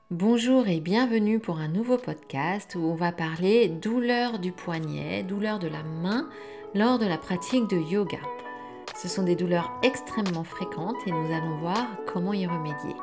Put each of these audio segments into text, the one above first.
Bonjour et bienvenue pour un nouveau podcast où on va parler douleur du poignet, douleur de la main lors de la pratique de yoga. Ce sont des douleurs extrêmement fréquentes et nous allons voir comment y remédier.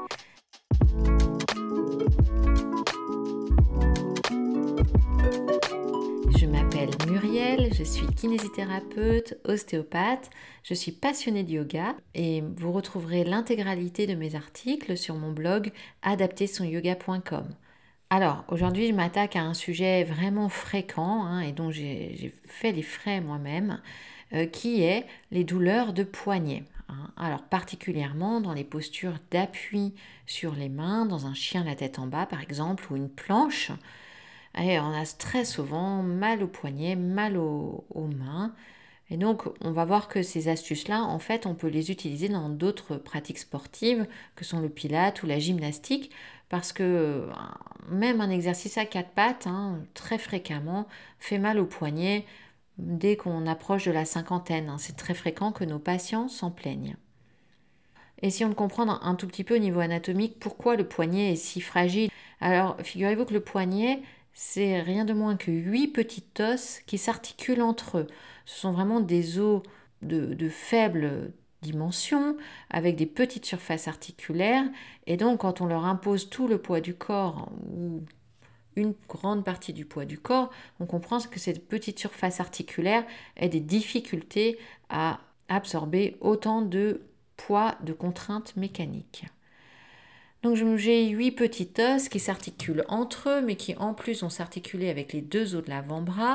Je m'appelle Muriel, je suis kinésithérapeute, ostéopathe, je suis passionnée de yoga et vous retrouverez l'intégralité de mes articles sur mon blog adaptersonyoga.com. Alors, aujourd'hui, je m'attaque à un sujet vraiment fréquent et dont j'ai fait les frais moi-même, qui est les douleurs de poignet. Alors, particulièrement dans les postures d'appui sur les mains, dans un chien la tête en bas par exemple, ou une planche. Et on a très souvent mal au poignet, mal aux mains. Et donc, on va voir que ces astuces-là, en fait, on peut les utiliser dans d'autres pratiques sportives, que sont le pilate ou la gymnastique, parce que même un exercice à quatre pattes, très fréquemment, fait mal au poignet dès qu'on approche de la cinquantaine. C'est très fréquent que nos patients s'en plaignent. Essayons de comprendre un tout petit peu au niveau anatomique pourquoi le poignet est si fragile. Alors, figurez-vous que le poignet, c'est rien de moins que 8 petites os qui s'articulent entre eux. Ce sont vraiment des os de faible dimension, avec des petites surfaces articulaires. Et donc, quand on leur impose tout le poids du corps, ou une grande partie du poids du corps, on comprend que cette petite surface articulaire a des difficultés à absorber autant de poids de contraintes mécaniques. Donc j'ai 8 petits os qui s'articulent entre eux, mais qui en plus vont s'articuler avec les deux os de l'avant-bras,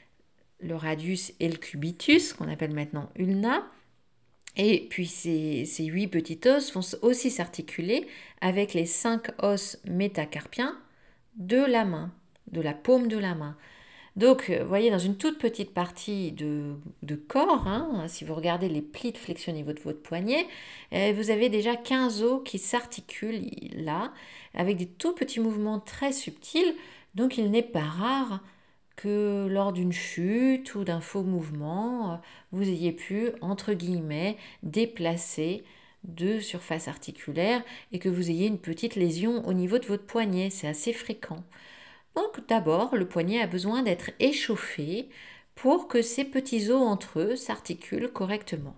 le radius et le cubitus, qu'on appelle maintenant ulna. Et puis ces 8 petits os vont aussi s'articuler avec les 5 os métacarpiens de la main, de la paume de la main. Donc, vous voyez, dans une toute petite partie de corps, si vous regardez les plis de flexion au niveau de votre poignet, vous avez déjà 15 os qui s'articulent là, avec des tout petits mouvements très subtils. Donc, il n'est pas rare que lors d'une chute ou d'un faux mouvement, vous ayez pu, entre guillemets, déplacer deux surfaces articulaires et que vous ayez une petite lésion au niveau de votre poignet. C'est assez fréquent. Donc d'abord, le poignet a besoin d'être échauffé pour que ces petits os entre eux s'articulent correctement.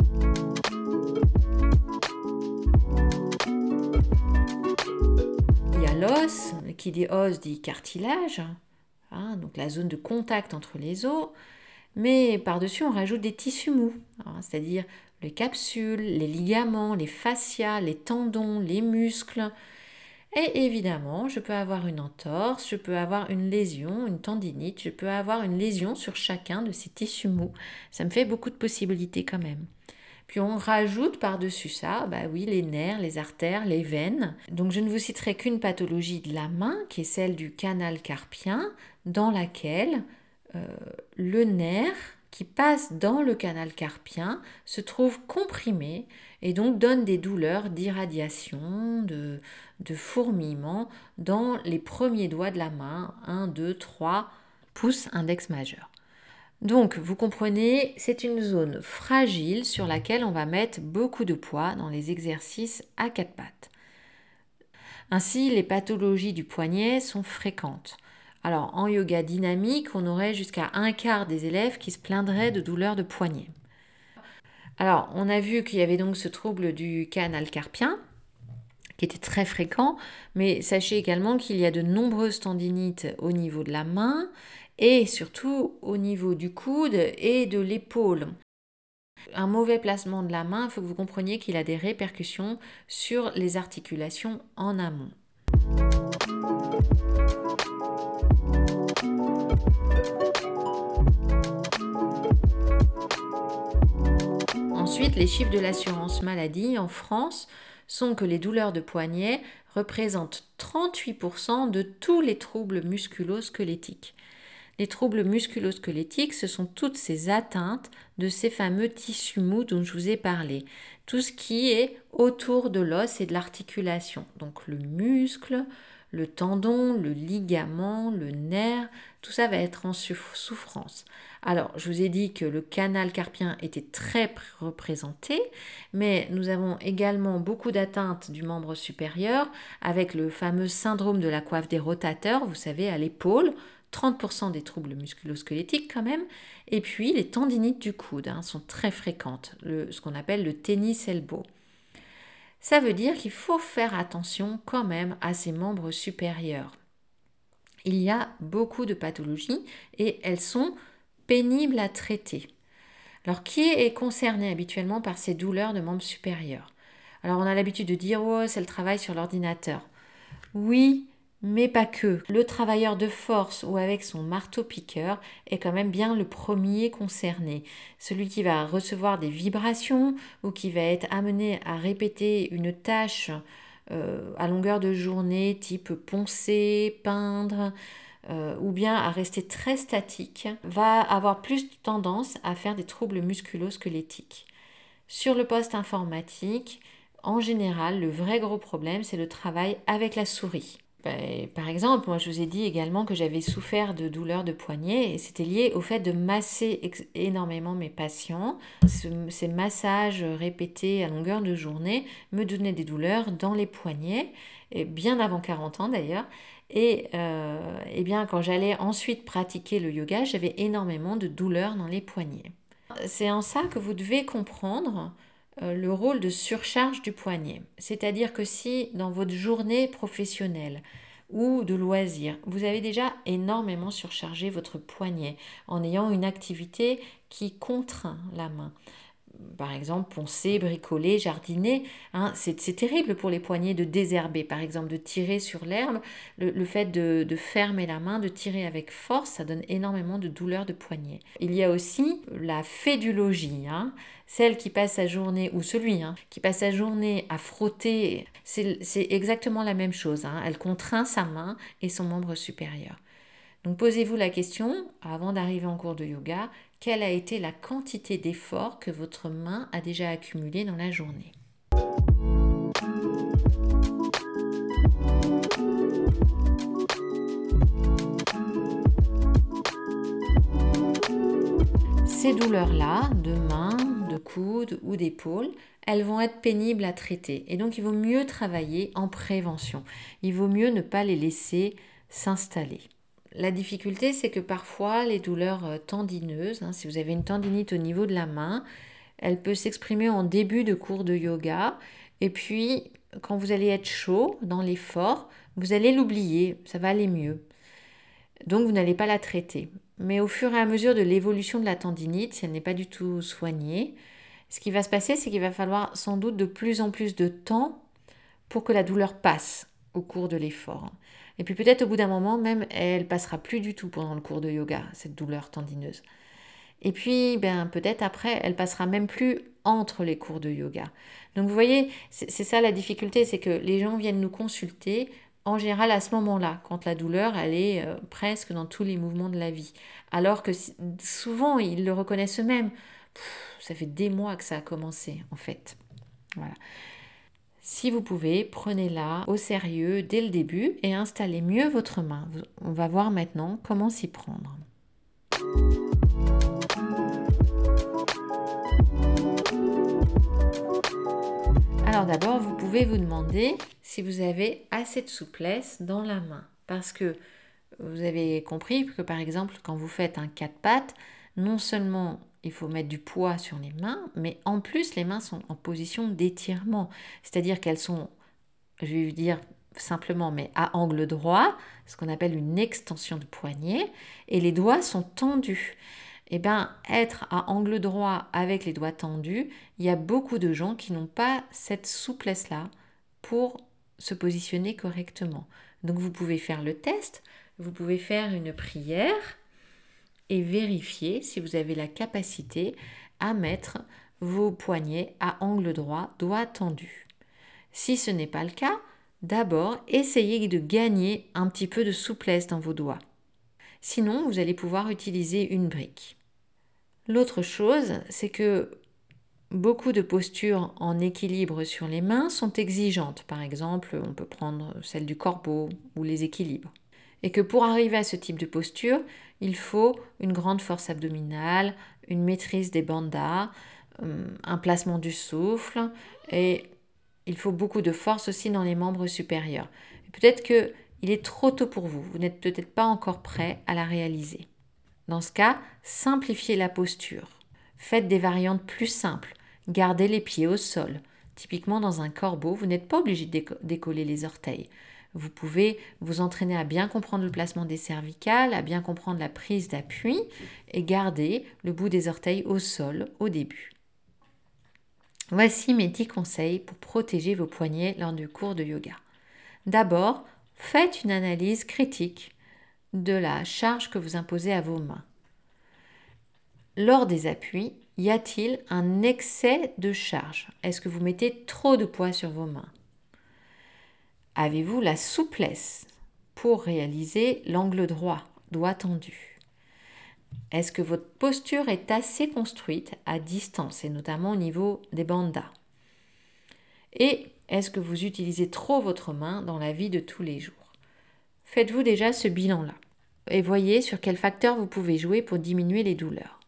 Il y a l'os, qui dit os dit cartilage, donc la zone de contact entre les os, mais par-dessus on rajoute des tissus mous, c'est-à-dire les capsules, les ligaments, les fascias, les tendons, les muscles. Et évidemment, je peux avoir une entorse, je peux avoir une lésion, une tendinite, je peux avoir une lésion sur chacun de ces tissus mous. Ça me fait beaucoup de possibilités quand même. Puis on rajoute par-dessus ça, les nerfs, les artères, les veines. Donc je ne vous citerai qu'une pathologie de la main, qui est celle du canal carpien, dans laquelle le nerf qui passe dans le canal carpien se trouve comprimé et donc donne des douleurs d'irradiation, de fourmillement dans les premiers doigts de la main, 1, 2, 3, pouce index majeur. Donc, vous comprenez, c'est une zone fragile sur laquelle on va mettre beaucoup de poids dans les exercices à quatre pattes. Ainsi, les pathologies du poignet sont fréquentes. Alors, en yoga dynamique, on aurait jusqu'à un quart des élèves qui se plaindraient de douleurs de poignet. Alors, on a vu qu'il y avait donc ce trouble du canal carpien, qui était très fréquent, mais sachez également qu'il y a de nombreuses tendinites au niveau de la main et surtout au niveau du coude et de l'épaule. Un mauvais placement de la main, il faut que vous compreniez qu'il a des répercussions sur les articulations en amont. Ensuite, les chiffres de l'assurance maladie en France sont que les douleurs de poignet représentent 38% de tous les troubles musculo-squelettiques. Les troubles musculo-squelettiques, ce sont toutes ces atteintes de ces fameux tissus mous dont je vous ai parlé. Tout ce qui est autour de l'os et de l'articulation. Donc le muscle, le tendon, le ligament, le nerf, tout ça va être en souffrance. Alors, je vous ai dit que le canal carpien était très représenté, mais nous avons également beaucoup d'atteintes du membre supérieur avec le fameux syndrome de la coiffe des rotateurs, vous savez, à l'épaule, 30% des troubles musculo-squelettiques quand même, et puis les tendinites du coude sont très fréquentes, ce qu'on appelle le tennis elbow. Ça veut dire qu'il faut faire attention quand même à ces membres supérieurs. Il y a beaucoup de pathologies et elles sont pénibles à traiter. Alors, qui est concerné habituellement par ces douleurs de membres supérieurs? Alors, on a l'habitude de dire « oh, c'est le travail sur l'ordinateur ». Oui, mais pas que. Le travailleur de force ou avec son marteau-piqueur est quand même bien le premier concerné. Celui qui va recevoir des vibrations ou qui va être amené à répéter une tâche à longueur de journée, type poncer, peindre, ou bien à rester très statique, va avoir plus tendance à faire des troubles musculo-squelettiques. Sur le poste informatique, en général, le vrai gros problème, c'est le travail avec la souris. Par exemple, moi je vous ai dit également que j'avais souffert de douleurs de poignet et c'était lié au fait de masser énormément mes patients. Ces massages répétés à longueur de journée me donnaient des douleurs dans les poignets, et bien avant 40 ans d'ailleurs. Et bien quand j'allais ensuite pratiquer le yoga, j'avais énormément de douleurs dans les poignets. C'est en ça que vous devez comprendre le rôle de surcharge du poignet. C'est-à-dire que si dans votre journée professionnelle ou de loisirs, vous avez déjà énormément surchargé votre poignet en ayant une activité qui contraint la main. Par exemple, poncer, bricoler, jardiner, c'est terrible pour les poignets de désherber, par exemple, de tirer sur l'herbe. Le fait de fermer la main, de tirer avec force, ça donne énormément de douleurs de poignet. Il y a aussi la fédulogie, celle qui passe sa journée, ou celui qui passe sa journée à frotter, c'est exactement la même chose. Elle contraint sa main et son membre supérieur. Donc posez-vous la question, avant d'arriver en cours de yoga, quelle a été la quantité d'efforts que votre main a déjà accumulé dans la journée. Ces douleurs-là, de main, de coude ou d'épaule, elles vont être pénibles à traiter. Et donc il vaut mieux travailler en prévention. Il vaut mieux ne pas les laisser s'installer. La difficulté, c'est que parfois, les douleurs tendineuses, si vous avez une tendinite au niveau de la main, elle peut s'exprimer en début de cours de yoga. Et puis, quand vous allez être chaud dans l'effort, vous allez l'oublier, ça va aller mieux. Donc, vous n'allez pas la traiter. Mais au fur et à mesure de l'évolution de la tendinite, si elle n'est pas du tout soignée, ce qui va se passer, c'est qu'il va falloir sans doute de plus en plus de temps pour que la douleur passe au cours de l'effort. Et puis peut-être au bout d'un moment, même, elle passera plus du tout pendant le cours de yoga, cette douleur tendineuse. Et puis, peut-être après, elle passera même plus entre les cours de yoga. Donc vous voyez, c'est ça la difficulté, c'est que les gens viennent nous consulter en général à ce moment-là, quand la douleur, elle est presque dans tous les mouvements de la vie. Alors que souvent, ils le reconnaissent eux-mêmes. Ça fait des mois que ça a commencé, en fait. Voilà. Si vous pouvez, prenez-la au sérieux dès le début et installez mieux votre main. On va voir maintenant comment s'y prendre. Alors d'abord, vous pouvez vous demander si vous avez assez de souplesse dans la main. Parce que vous avez compris que par exemple, quand vous faites un 4 pattes, non seulement il faut mettre du poids sur les mains, mais en plus les mains sont en position d'étirement. C'est-à-dire qu'elles sont, je vais vous dire simplement, mais à angle droit, ce qu'on appelle une extension de poignet, et les doigts sont tendus. Être à angle droit avec les doigts tendus, il y a beaucoup de gens qui n'ont pas cette souplesse-là pour se positionner correctement. Donc vous pouvez faire le test, vous pouvez faire une prière et vérifier si vous avez la capacité à mettre vos poignets à angle droit, doigts tendus. Si ce n'est pas le cas, d'abord essayez de gagner un petit peu de souplesse dans vos doigts. Sinon, vous allez pouvoir utiliser une brique. L'autre chose, c'est que beaucoup de postures en équilibre sur les mains sont exigeantes. Par exemple, on peut prendre celle du corbeau ou les équilibres. Et que pour arriver à ce type de posture, il faut une grande force abdominale, une maîtrise des bandhas, un placement du souffle et il faut beaucoup de force aussi dans les membres supérieurs. Peut-être qu'il est trop tôt pour vous, vous n'êtes peut-être pas encore prêt à la réaliser. Dans ce cas, simplifiez la posture. Faites des variantes plus simples. Gardez les pieds au sol. Typiquement dans un corbeau, vous n'êtes pas obligé de décoller les orteils. Vous pouvez vous entraîner à bien comprendre le placement des cervicales, à bien comprendre la prise d'appui et garder le bout des orteils au sol au début. Voici mes 10 conseils pour protéger vos poignets lors du cours de yoga. D'abord, faites une analyse critique de la charge que vous imposez à vos mains. Lors des appuis, y a-t-il un excès de charge? Est-ce que vous mettez trop de poids sur vos mains? Avez-vous la souplesse pour réaliser l'angle droit, doigt tendu? Est-ce que votre posture est assez construite à distance et notamment au niveau des bandhas? Et est-ce que vous utilisez trop votre main dans la vie de tous les jours? Faites-vous déjà ce bilan-là et voyez sur quels facteurs vous pouvez jouer pour diminuer les douleurs.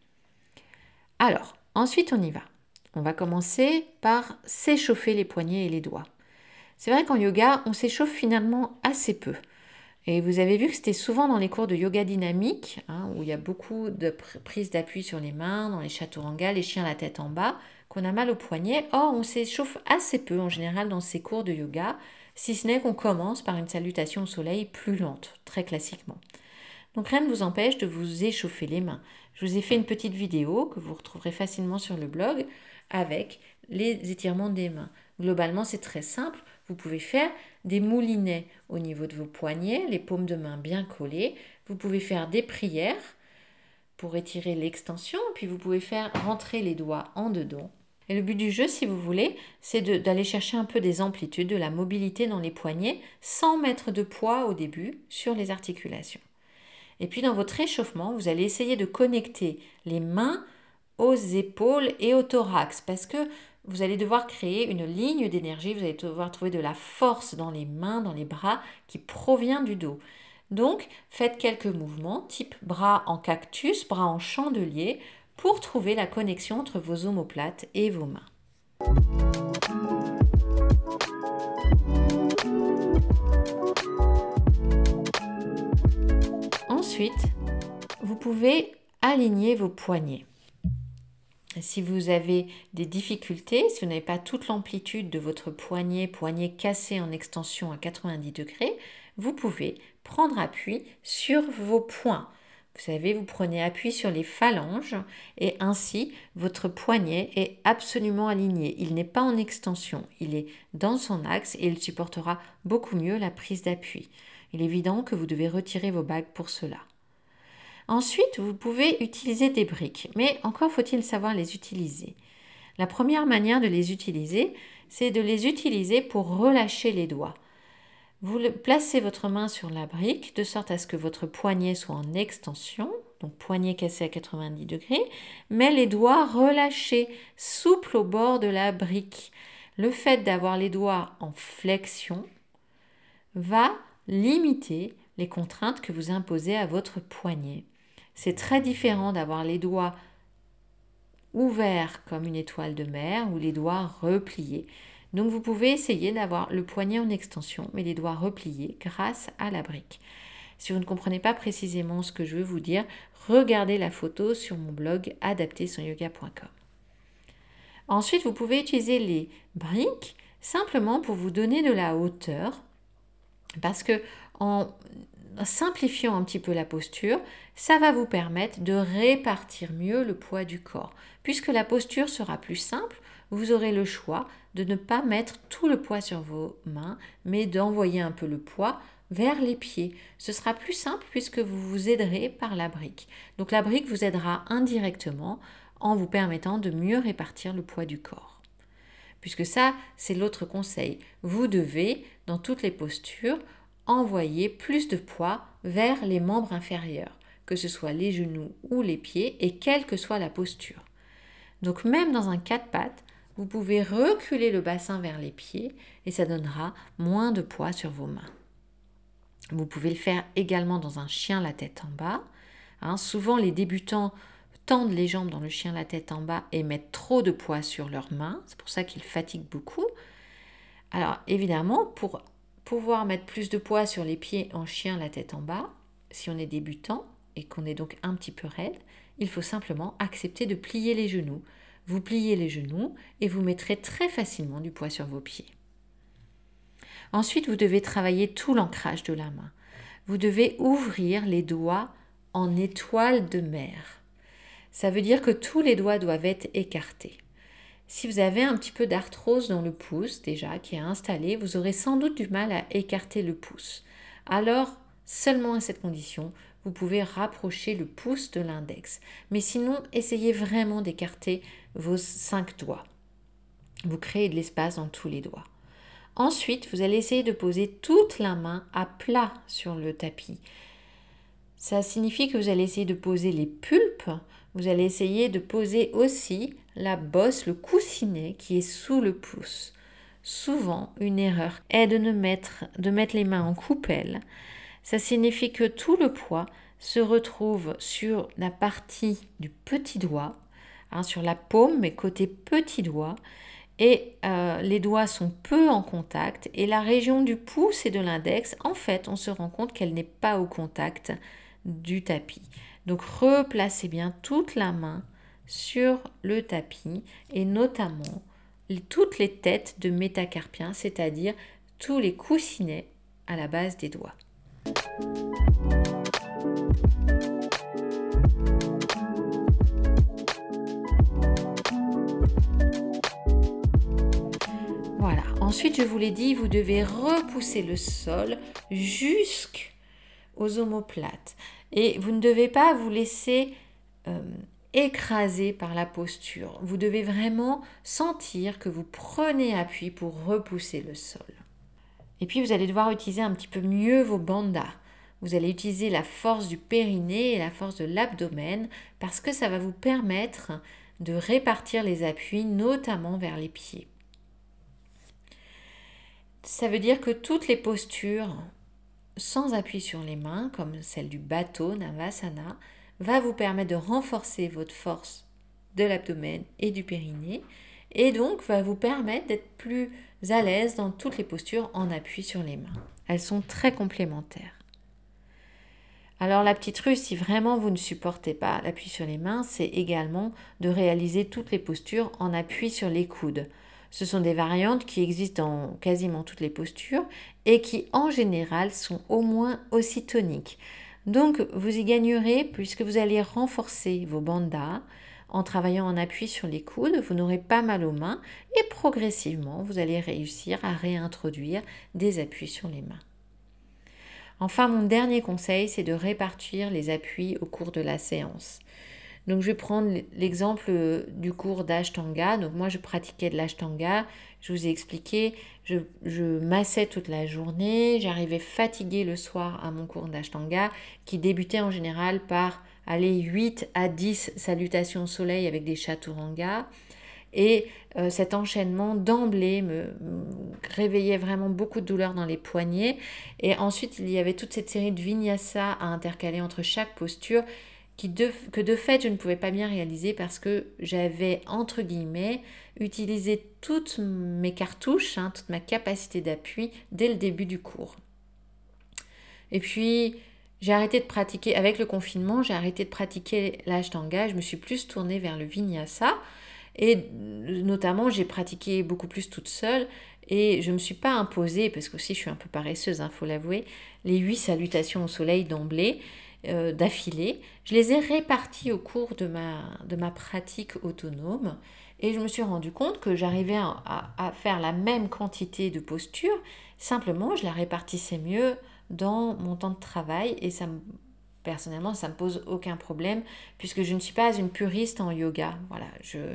Alors, ensuite on y va. On va commencer par s'échauffer les poignets et les doigts. C'est vrai qu'en yoga, on s'échauffe finalement assez peu. Et vous avez vu que c'était souvent dans les cours de yoga dynamique, où il y a beaucoup de prise d'appui sur les mains, dans les chaturanga, les chiens la tête en bas, qu'on a mal aux poignets. Or, on s'échauffe assez peu en général dans ces cours de yoga, si ce n'est qu'on commence par une salutation au soleil plus lente, très classiquement. Donc rien ne vous empêche de vous échauffer les mains. Je vous ai fait une petite vidéo que vous retrouverez facilement sur le blog avec les étirements des mains. Globalement, c'est très simple. Vous pouvez faire des moulinets au niveau de vos poignets, les paumes de main bien collées. Vous pouvez faire des prières pour étirer l'extension, puis vous pouvez faire rentrer les doigts en dedans. Et le but du jeu, si vous voulez, c'est d'aller chercher un peu des amplitudes, de la mobilité dans les poignets, sans mettre de poids au début sur les articulations. Et puis dans votre échauffement, vous allez essayer de connecter les mains aux épaules et au thorax parce que vous allez devoir créer une ligne d'énergie, vous allez devoir trouver de la force dans les mains, dans les bras qui provient du dos. Donc faites quelques mouvements type bras en cactus, bras en chandelier pour trouver la connexion entre vos omoplates et vos mains. Ensuite, vous pouvez aligner vos poignets. Si vous avez des difficultés, si vous n'avez pas toute l'amplitude de votre poignet cassé en extension à 90 degrés, vous pouvez prendre appui sur vos poings. Vous savez, vous prenez appui sur les phalanges et ainsi votre poignet est absolument aligné. Il n'est pas en extension, il est dans son axe et il supportera beaucoup mieux la prise d'appui. Il est évident que vous devez retirer vos bagues pour cela. Ensuite, vous pouvez utiliser des briques, mais encore faut-il savoir les utiliser. La première manière de les utiliser, c'est de les utiliser pour relâcher les doigts. Vous placez votre main sur la brique de sorte à ce que votre poignet soit en extension, donc poignet cassé à 90 degrés, mais les doigts relâchés, souples au bord de la brique. Le fait d'avoir les doigts en flexion va limiter les contraintes que vous imposez à votre poignet. C'est très différent d'avoir les doigts ouverts comme une étoile de mer ou les doigts repliés. Donc vous pouvez essayer d'avoir le poignet en extension mais les doigts repliés grâce à la brique. Si vous ne comprenez pas précisément ce que je veux vous dire, regardez la photo sur mon blog adaptersonyoga.com. Ensuite, vous pouvez utiliser les briques simplement pour vous donner de la hauteur parce que en simplifiant un petit peu la posture, ça va vous permettre de répartir mieux le poids du corps. Puisque la posture sera plus simple, vous aurez le choix de ne pas mettre tout le poids sur vos mains, mais d'envoyer un peu le poids vers les pieds. Ce sera plus simple puisque vous vous aiderez par la brique. Donc la brique vous aidera indirectement en vous permettant de mieux répartir le poids du corps. Puisque ça, c'est l'autre conseil. Vous devez, dans toutes les postures, envoyer plus de poids vers les membres inférieurs, que ce soit les genoux ou les pieds, et quelle que soit la posture. Donc même dans un 4 pattes, vous pouvez reculer le bassin vers les pieds et ça donnera moins de poids sur vos mains. Vous pouvez le faire également dans un chien la tête en bas. Souvent les débutants tendent les jambes dans le chien la tête en bas et mettent trop de poids sur leurs mains. C'est pour ça qu'ils fatiguent beaucoup. Alors évidemment, pour pouvoir mettre plus de poids sur les pieds en chien la tête en bas, si on est débutant et qu'on est donc un petit peu raide, il faut simplement accepter de plier les genoux. Vous pliez les genoux et vous mettrez très facilement du poids sur vos pieds. Ensuite, vous devez travailler tout l'ancrage de la main. Vous devez ouvrir les doigts en étoile de mer. Ça veut dire que tous les doigts doivent être écartés. Si vous avez un petit peu d'arthrose dans le pouce déjà qui est installé, vous aurez sans doute du mal à écarter le pouce. Alors, seulement à cette condition, vous pouvez rapprocher le pouce de l'index. Mais sinon, essayez vraiment d'écarter vos 5 doigts. Vous créez de l'espace dans tous les doigts. Ensuite, vous allez essayer de poser toute la main à plat sur le tapis. Ça signifie que vous allez essayer de poser les pulpes. Vous allez essayer de poser aussi la bosse, le coussinet qui est sous le pouce. Souvent, une erreur est de mettre les mains en coupelle. Ça signifie que tout le poids se retrouve sur la partie du petit doigt, sur la paume, mais côté petit doigt, et les doigts sont peu en contact, et la région du pouce et de l'index, en fait, on se rend compte qu'elle n'est pas au contact du tapis. Donc replacez bien toute la main sur le tapis et notamment toutes les têtes de métacarpiens, c'est-à-dire tous les coussinets à la base des doigts. Voilà. Ensuite, je vous l'ai dit, vous devez repousser le sol jusqu'aux omoplates. Et vous ne devez pas vous laisser écraser par la posture. Vous devez vraiment sentir que vous prenez appui pour repousser le sol. Et puis, vous allez devoir utiliser un petit peu mieux vos bandas. Vous allez utiliser la force du périnée et la force de l'abdomen parce que ça va vous permettre de répartir les appuis, notamment vers les pieds. Ça veut dire que toutes les postures sans appui sur les mains, comme celle du bateau, Navasana, va vous permettre de renforcer votre force de l'abdomen et du périnée et donc va vous permettre d'être plus à l'aise dans toutes les postures en appui sur les mains. Elles sont très complémentaires. Alors la petite ruse, si vraiment vous ne supportez pas l'appui sur les mains, c'est également de réaliser toutes les postures en appui sur les coudes. Ce sont des variantes qui existent dans quasiment toutes les postures et qui en général sont au moins aussi toniques. Donc vous y gagnerez puisque vous allez renforcer vos bandas en travaillant en appui sur les coudes, vous n'aurez pas mal aux mains et progressivement vous allez réussir à réintroduire des appuis sur les mains. Enfin, mon dernier conseil, c'est de répartir les appuis au cours de la séance. Donc je vais prendre l'exemple du cours d'Ashtanga. Donc moi je pratiquais de l'Ashtanga, je vous ai expliqué, je massais toute la journée, j'arrivais fatiguée le soir à mon cours d'Ashtanga qui débutait en général par 8 à 10 salutations au soleil avec des chaturanga. Et cet enchaînement d'emblée me réveillait vraiment beaucoup de douleur dans les poignets. Et ensuite, il y avait toute cette série de vinyasa à intercaler entre chaque posture que de fait, je ne pouvais pas bien réaliser parce que j'avais, entre guillemets, utilisé toutes mes cartouches, toute ma capacité d'appui dès le début du cours. Et puis, j'ai arrêté de pratiquer, avec le confinement, j'ai arrêté de pratiquer l'ashtanga, je me suis plus tournée vers le vinyasa. Et notamment, j'ai pratiqué beaucoup plus toute seule et je ne me suis pas imposée, parce que aussi je suis un peu paresseuse, faut l'avouer, les 8 salutations au soleil d'emblée, d'affilée. Je les ai réparties au cours de ma pratique autonome et je me suis rendu compte que j'arrivais à faire la même quantité de postures, simplement je la répartissais mieux dans mon temps de travail et personnellement, ça ne me pose aucun problème puisque je ne suis pas une puriste en yoga. Voilà,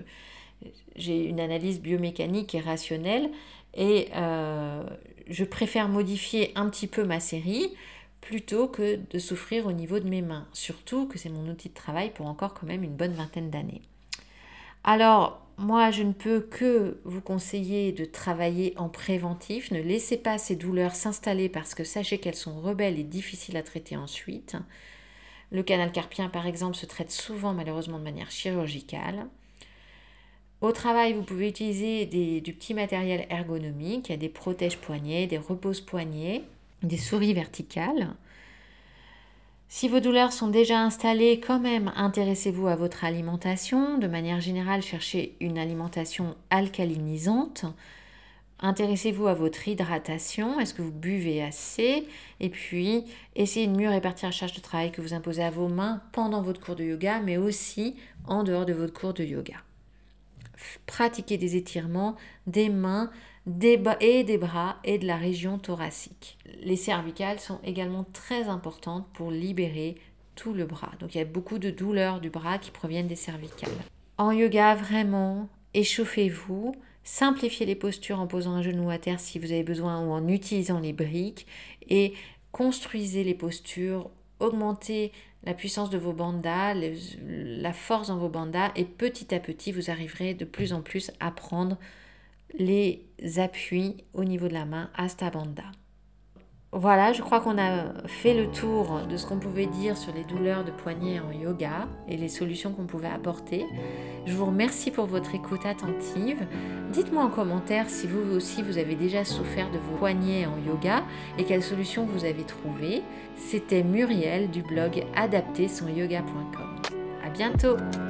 j'ai une analyse biomécanique et rationnelle et je préfère modifier un petit peu ma série plutôt que de souffrir au niveau de mes mains. Surtout que c'est mon outil de travail pour encore quand même une bonne vingtaine d'années. Alors, moi, je ne peux que vous conseiller de travailler en préventif. Ne laissez pas ces douleurs s'installer parce que sachez qu'elles sont rebelles et difficiles à traiter ensuite. Le canal carpien, par exemple, se traite souvent malheureusement de manière chirurgicale. Au travail, vous pouvez utiliser du petit matériel ergonomique. Il y a des protèges-poignets, des repose-poignets, des souris verticales. Si vos douleurs sont déjà installées, quand même, intéressez-vous à votre alimentation. De manière générale, cherchez une alimentation alcalinisante. Intéressez-vous à votre hydratation. Est-ce que vous buvez assez? Et puis, essayez de mieux répartir la charge de travail que vous imposez à vos mains pendant votre cours de yoga, mais aussi en dehors de votre cours de yoga. Pratiquez des étirements des mains, des bras et de la région thoracique. Les cervicales sont également très importantes pour libérer tout le bras. Donc il y a beaucoup de douleurs du bras qui proviennent des cervicales. En yoga, vraiment, échauffez-vous, simplifiez les postures en posant un genou à terre si vous avez besoin ou en utilisant les briques et construisez les postures, augmentez la puissance de vos bandhas, la force dans vos bandhas et petit à petit vous arriverez de plus en plus à prendre les appuis au niveau de la main Hasta Bandha. Voilà, je crois qu'on a fait le tour de ce qu'on pouvait dire sur les douleurs de poignets en yoga et les solutions qu'on pouvait apporter. Je vous remercie pour votre écoute attentive. Dites-moi en commentaire si vous aussi vous avez déjà souffert de vos poignets en yoga et quelles solutions vous avez trouvées. C'était Muriel du blog adaptersonyoga.com. À bientôt!